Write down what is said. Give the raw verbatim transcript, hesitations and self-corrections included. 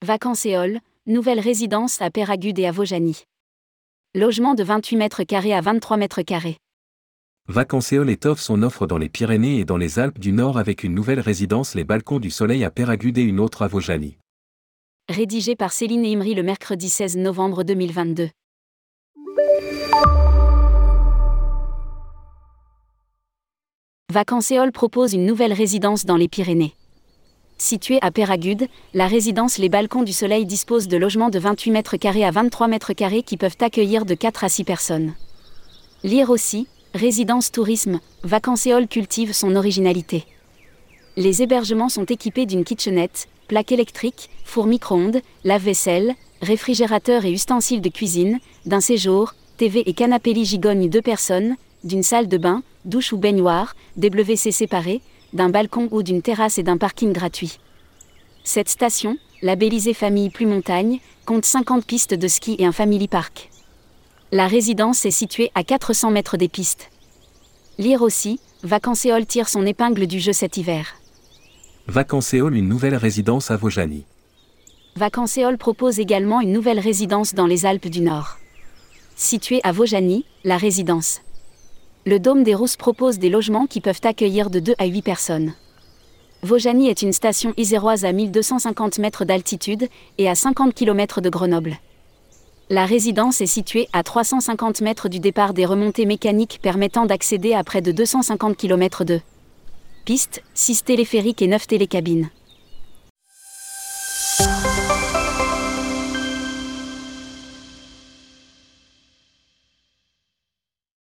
Vacances-Éole, nouvelle résidence à Peyragudes et à Vaujany. Logement de vingt-huit mètres carrés à vingt-trois mètres carrés. Vacances-Éole étoffe son offre dans les Pyrénées et dans les Alpes du Nord avec une nouvelle résidence Les Balcons du Soleil à Peyragudes et une autre à Vaujany. Rédigé par Céline Imri le mercredi seize novembre deux mille vingt-deux. Vacances-Éole propose une nouvelle résidence dans les Pyrénées. Située à Peyragudes, la résidence Les Balcons du Soleil dispose de logements de vingt-huit mètres carrés à vingt-trois mètres carrés qui peuvent accueillir de quatre à six personnes. Lire aussi, résidence tourisme, Vacances-Éole cultive son originalité. Les hébergements sont équipés d'une kitchenette, plaque électrique, four micro-ondes, lave-vaisselle, réfrigérateur et ustensiles de cuisine, d'un séjour, T V et canapé-lit gigogne deux personnes, d'une salle de bain, douche ou baignoire, des W C séparés, d'un balcon ou d'une terrasse et d'un parking gratuit. Cette station, labellisée Famille Plus Montagne, compte cinquante pistes de ski et un family park. La résidence est située à quatre cents mètres des pistes. Lire aussi, Vacances-Éole tire son épingle du jeu cet hiver. Vacances-Éole une nouvelle résidence à Vaujany. Vacances-Éole propose également une nouvelle résidence dans les Alpes du Nord. Située à Vaujany, la résidence. Le Dôme des Rousses propose des logements qui peuvent accueillir de deux à huit personnes. Vaujany est une station iséroise à mille deux cent cinquante mètres d'altitude et à cinquante kilomètres de Grenoble. La résidence est située à trois cent cinquante mètres du départ des remontées mécaniques permettant d'accéder à près de deux cent cinquante kilomètres de pistes, six téléphériques et neuf télécabines.